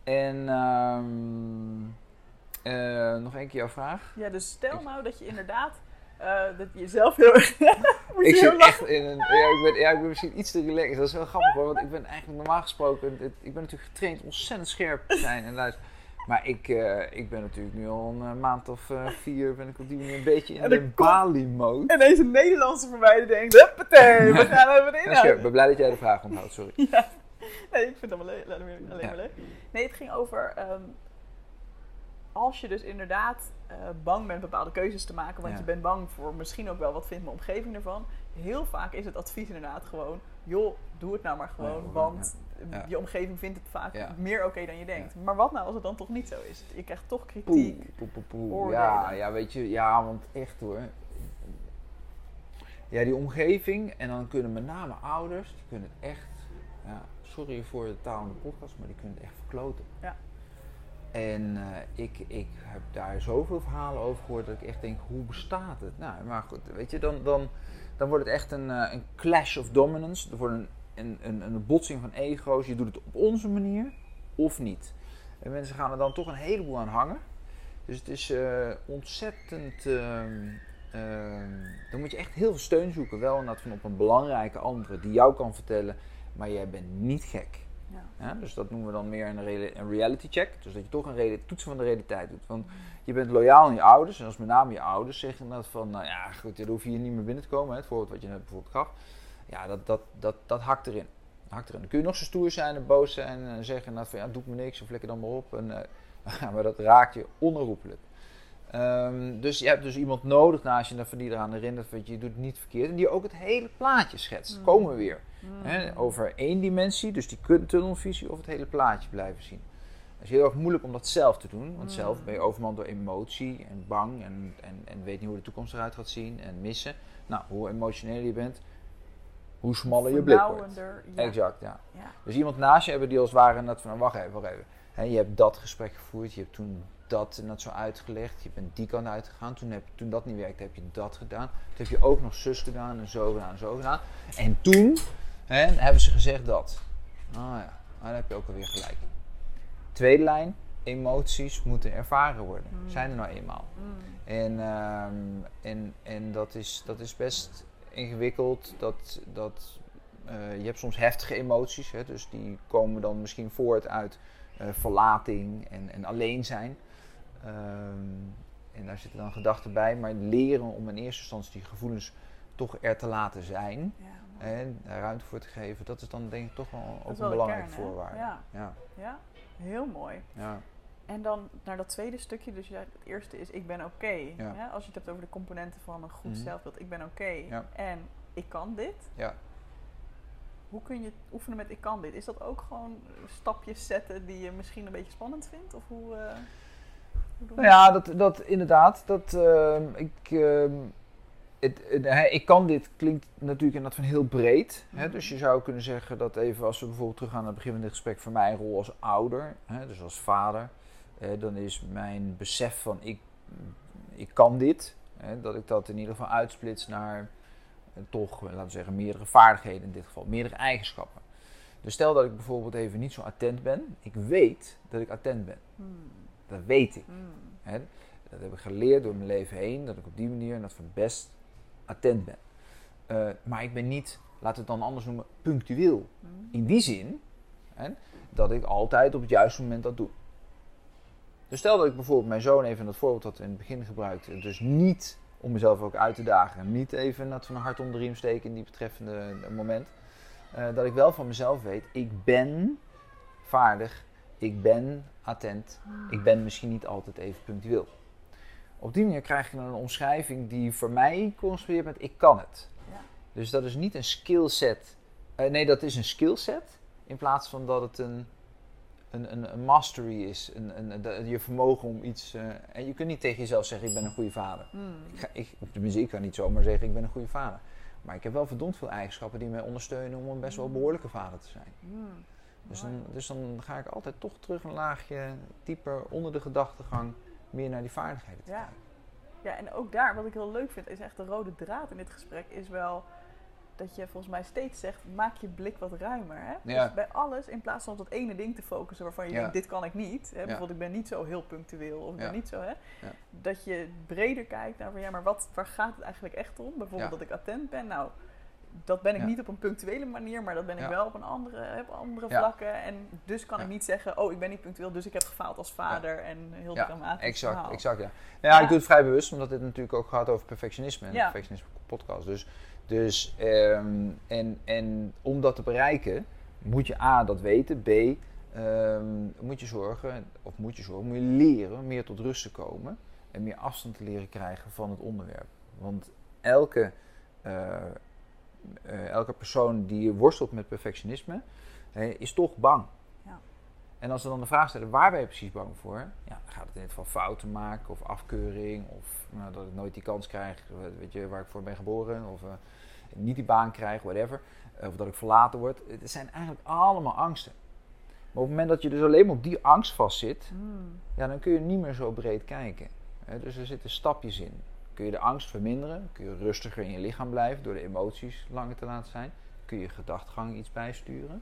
En um, uh, nog één keer jouw vraag. Ja, dus stel nou dat je inderdaad uh, dat je jezelf heel erg... ik zit echt in een... Ja ik, ben, ja, ik ben misschien iets te relaxed. Dat is wel grappig hoor, want ik ben eigenlijk normaal gesproken... Het, ik ben natuurlijk getraind ontzettend scherp te zijn en luisteren. Maar ik, uh, ik ben natuurlijk nu al een uh, maand of uh, vier ben ik op die manier een beetje in de Bali-mode. En deze Nederlandse voor mij die denkt, huppatee, we gaan even de inhoud. Ik ben blij dat jij de vraag onthoudt, sorry. Ja. Nee, ik vind het allemaal le- alleen maar ja. leuk. Nee, het ging over, um, als je dus inderdaad uh, bang bent bepaalde keuzes te maken, want ja. je bent bang voor misschien ook wel, wat vindt mijn omgeving ervan? Heel vaak is het advies inderdaad gewoon, joh, doe het nou maar gewoon, ja, want... Ja. Ja. Je omgeving vindt het vaak ja. meer oké okay dan je denkt. Ja. Maar wat nou als het dan toch niet zo is? Je krijgt toch kritiek. Poeh, poeh, poeh, poeh. Ja, ja, weet je, ja, want echt hoor. Ja, die omgeving en dan kunnen met name ouders, die kunnen het echt, ja, sorry voor de taal in de podcast, maar die kunnen het echt verkloten. Ja. En uh, ik, ik heb daar zoveel verhalen over gehoord dat ik echt denk, hoe bestaat het? Nou, maar goed, weet je, dan, dan, dan wordt het echt een, uh, een clash of dominance. Er wordt een Een, een, een botsing van ego's. Je doet het op onze manier of niet. En mensen gaan er dan toch een heleboel aan hangen. Dus het is uh, ontzettend... Uh, uh, dan moet je echt heel veel steun zoeken. Wel inderdaad van op een belangrijke andere die jou kan vertellen. Maar jij bent niet gek. Ja. Ja, dus dat noemen we dan meer een, re- een reality check. Dus dat je toch een re- toetsen van de realiteit doet. Want je bent loyaal aan je ouders. En als met name je ouders zeggen dat van... Nou ja, goed, dan hoef je hier niet meer binnen te komen. Hè, het voorbeeld wat je net bijvoorbeeld gaf. Ja, dat, dat, dat, dat hakt erin. Dat hakt erin. Dan kun je nog zo stoer zijn en boos zijn en zeggen nou, van ja, doe me niks of lekker dan maar op. En, uh, maar dat raakt je onherroepelijk. Um, dus je hebt dus iemand nodig naast je van die eraan herinnert dat je doet het niet verkeerd. En die ook het hele plaatje schetst. Mm. Komen we weer. Mm. He, over één dimensie, dus die tunnelvisie of het hele plaatje blijven zien. Het is heel erg moeilijk om dat zelf te doen. Want mm. zelf ben je overmand door emotie en bang en, en, en weet niet hoe de toekomst eruit gaat zien en missen. Nou, hoe emotioneel je bent, hoe smaller je blik wordt. Ja. Exact, ja. ja. Dus iemand naast je hebben die als het ware net van, wacht even, wacht even. He, je hebt dat gesprek gevoerd, je hebt toen dat en dat zo uitgelegd, je bent die kant uitgegaan, toen, heb, toen dat niet werkte heb je dat gedaan. Toen heb je ook nog zus gedaan en zo gedaan en zo gedaan. En toen he, hebben ze gezegd dat. Nou oh ja, dan heb je ook alweer gelijk. Tweede lijn, emoties moeten ervaren worden. Mm. Zijn er nou eenmaal. Mm. En, um, en, en dat, is, dat is best... ingewikkeld, dat, dat uh, je hebt soms heftige emoties, hè, dus die komen dan misschien voort uit uh, verlating en, en alleen zijn. Um, en daar zitten dan gedachten bij, maar leren om in eerste instantie die gevoelens toch er te laten zijn ja, en daar ruimte voor te geven, dat is dan denk ik toch wel ook een belangrijke voorwaarde. Ja. Ja. ja, heel mooi. Ja. En dan naar dat tweede stukje, dus ja, het eerste is ik ben oké. Okay. Ja. Ja, als je het hebt over de componenten van een goed mm-hmm. zelfbeeld, ik ben oké okay. ja. en ik kan dit. Ja. Hoe kun je oefenen met ik kan dit? Is dat ook gewoon stapjes zetten die je misschien een beetje spannend vindt? Of hoe, uh, hoe nou ja, dat, dat inderdaad. Dat, uh, ik, uh, het, uh, ik kan dit klinkt natuurlijk inderdaad van heel breed. Mm-hmm. Hè? Dus je zou kunnen zeggen dat even als we bijvoorbeeld teruggaan naar het begin van dit gesprek van mijn rol als ouder, hè, dus als vader. Eh, dan is mijn besef van ik, ik kan dit, hè, dat ik dat in ieder geval uitsplits naar eh, toch, laten we zeggen, meerdere vaardigheden in dit geval, meerdere eigenschappen. Dus stel dat ik bijvoorbeeld even niet zo attent ben, ik weet dat ik attent ben. Hmm. Dat weet ik. Hmm. Hè. Dat heb ik geleerd door mijn leven heen, dat ik op die manier en dat van best attent ben. Uh, maar ik ben niet, laten we het dan anders noemen, punctueel. Hmm. In die zin, hè, dat ik altijd op het juiste moment dat doe. Dus stel dat ik bijvoorbeeld mijn zoon even, dat voorbeeld dat we in het begin gebruikten, dus niet om mezelf ook uit te dagen, niet even net van een hart onder de riem steken in die betreffende moment, uh, dat ik wel van mezelf weet, ik ben vaardig, ik ben attent, ik ben misschien niet altijd even punctueel. Op die manier krijg je dan een omschrijving die voor mij correspondeert met ik kan het. Ja. Dus dat is niet een skillset, uh, nee dat is een skillset in plaats van dat het een Een, een, een mastery is, een, een, een, je vermogen om iets... Uh, en je kunt niet tegen jezelf zeggen, ik ben een goede vader. Mm. Ik ga, ik, tenminste, ik kan niet zomaar zeggen, ik ben een goede vader. Maar ik heb wel verdomd veel eigenschappen die mij ondersteunen om een best wel behoorlijke vader te zijn. Mm. Dus, dan, dus dan ga ik altijd toch terug een laagje dieper onder de gedachtegang meer naar die vaardigheden te ja. kijken. Ja, en ook daar, wat ik heel leuk vind, is echt de rode draad in dit gesprek, is wel... dat je volgens mij steeds zegt, maak je blik wat ruimer. Hè? Ja. Dus bij alles, in plaats van op dat ene ding te focussen waarvan je Ja. denkt, dit kan ik niet. Hè? Ja. Bijvoorbeeld, ik ben niet zo heel punctueel of ik Ja. ben niet zo. Hè? Ja. Dat je breder kijkt naar van, ja, maar wat, waar gaat het eigenlijk echt om? Bijvoorbeeld Ja. dat ik attent ben. Nou, dat ben ik Ja. niet op een punctuele manier, maar dat ben ik Ja. wel op een andere, op andere Ja. vlakken. En dus kan Ja. ik niet zeggen, oh, ik ben niet punctueel, dus ik heb gefaald als vader. En heel Ja, dramatisch exact, verhaal. exact ja. Ja, Ja. ik doe het vrij bewust, omdat dit natuurlijk ook gaat over perfectionisme en Ja. de perfectionisme podcast. Dus, dus um, en, en om dat te bereiken, moet je A, dat weten, B, um, moet je zorgen, of moet je zorgen, moet je leren meer tot rust te komen en meer afstand te leren krijgen van het onderwerp. Want elke, uh, uh, elke persoon die worstelt met perfectionisme, uh, is toch bang. Ja. En als we dan de vraag stellen, waar ben je precies bang voor? Ja, dan gaat het in het geval fouten maken of afkeuring of nou, dat ik nooit die kans krijg, weet je, waar ik voor ben geboren of uh, niet die baan krijg, whatever. Of dat ik verlaten word. Het zijn eigenlijk allemaal angsten. Maar op het moment dat je dus alleen maar op die angst vastzit, Mm. ja, dan kun je niet meer zo breed kijken. He, dus er zitten stapjes in. Kun je de angst verminderen, kun je rustiger in je lichaam blijven door de emoties langer te laten zijn. Kun je gedachtegang iets bijsturen.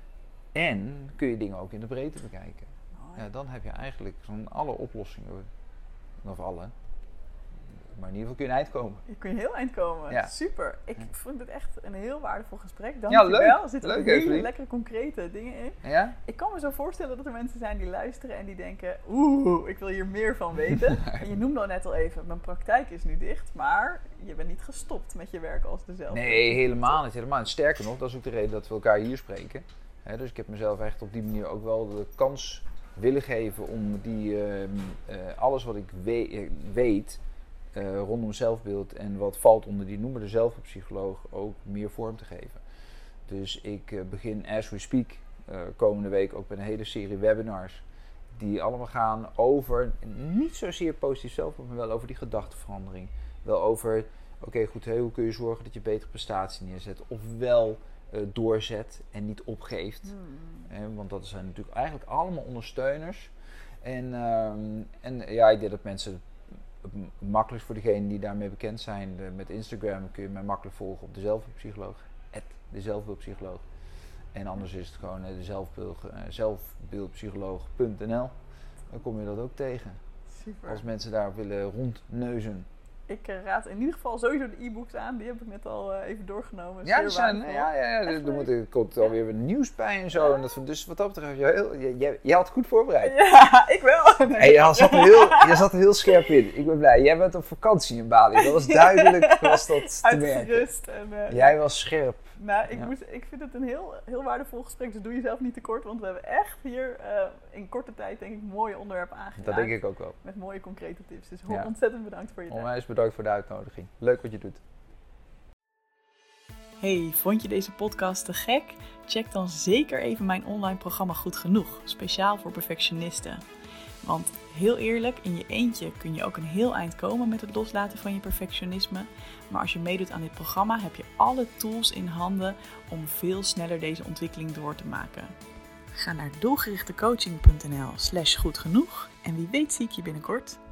En kun je dingen ook in de breedte bekijken. Ja, dan heb je eigenlijk zo'n alle oplossingen, of alle, maar in ieder geval kun je een eind komen. Je kun je heel eind komen. Ja. Super. Ik Ja. vond het echt een heel waardevol gesprek. Dank Ja, je leuk. wel. Er zitten Leuk, hele Evelien. lekkere concrete dingen in. Ja? Ik kan me zo voorstellen dat er mensen zijn die luisteren en die denken, oeh, ik wil hier meer van weten. En je noemde al net al even, mijn praktijk is nu dicht, maar je bent niet gestopt met je werk als dezelfde. Nee, helemaal niet, helemaal niet. Sterker nog, dat is ook de reden dat we elkaar hier spreken. He, dus ik heb mezelf echt op die manier ook wel de kans willen geven om die, uh, uh, alles wat ik we- weet uh, rondom zelfbeeld en wat valt onder die noemer de zelfpsycholoog ook meer vorm te geven. Dus ik uh, begin as we speak uh, komende week ook met een hele serie webinars die allemaal gaan over, niet zozeer positief zelfbeeld, maar wel over die gedachteverandering. Wel over, oké okay, goed, hey, hoe kun je zorgen dat je betere prestatie neerzet, ofwel uh, doorzet en niet opgeeft. Hmm. Eh, want dat zijn natuurlijk eigenlijk allemaal ondersteuners. En, um, en ja, ik denk dat mensen het makkelijkst voor degenen die daarmee bekend zijn, de, met Instagram kun je mij makkelijk volgen op de zelfbeeldpsycholoog, at de zelfbeeldpsycholoog. En anders is het gewoon uh, de zelfbeeld, uh, zelfbeeldpsycholoog punt n l. Dan kom je dat ook tegen. Super. Als mensen daar willen rondneuzen. Ik uh, raad in ieder geval sowieso de e-books aan. Die heb ik net al uh, even doorgenomen. Ja, Zeer die zijn, waardevol. ja, ja, ja. Echt Er, moet, er komt Ja. alweer nieuws bij en zo. Ja. En dat, dus wat dat betreft, je, heel, je, je, je had goed voorbereid. Ja, ik wel. Nee. En je zat, er heel, je zat er heel scherp in. Ik ben blij. Jij bent op vakantie in Bali. Dat was duidelijk was dat te merken. Uitgerust. En, uh, Jij was scherp. Nou, ik, Ja. moest, ik vind het een heel, heel waardevol gesprek. Dus doe jezelf niet tekort. Want we hebben echt hier uh, in korte tijd denk ik mooie onderwerpen aangeraakt. Dat denk ik ook wel. Met mooie concrete tips. Dus Ja. ontzettend bedankt voor je tijd. Onwijs bedankt voor de uitnodiging. Leuk wat je doet. Hey, vond je deze podcast te gek? Check dan zeker even mijn online programma Goed Genoeg. Speciaal voor perfectionisten. Want heel eerlijk, in je eentje kun je ook een heel eind komen met het loslaten van je perfectionisme. Maar als je meedoet aan dit programma heb je alle tools in handen om veel sneller deze ontwikkeling door te maken. Ga naar doelgerichtecoaching punt n l slash goed genoeg en wie weet zie ik je binnenkort.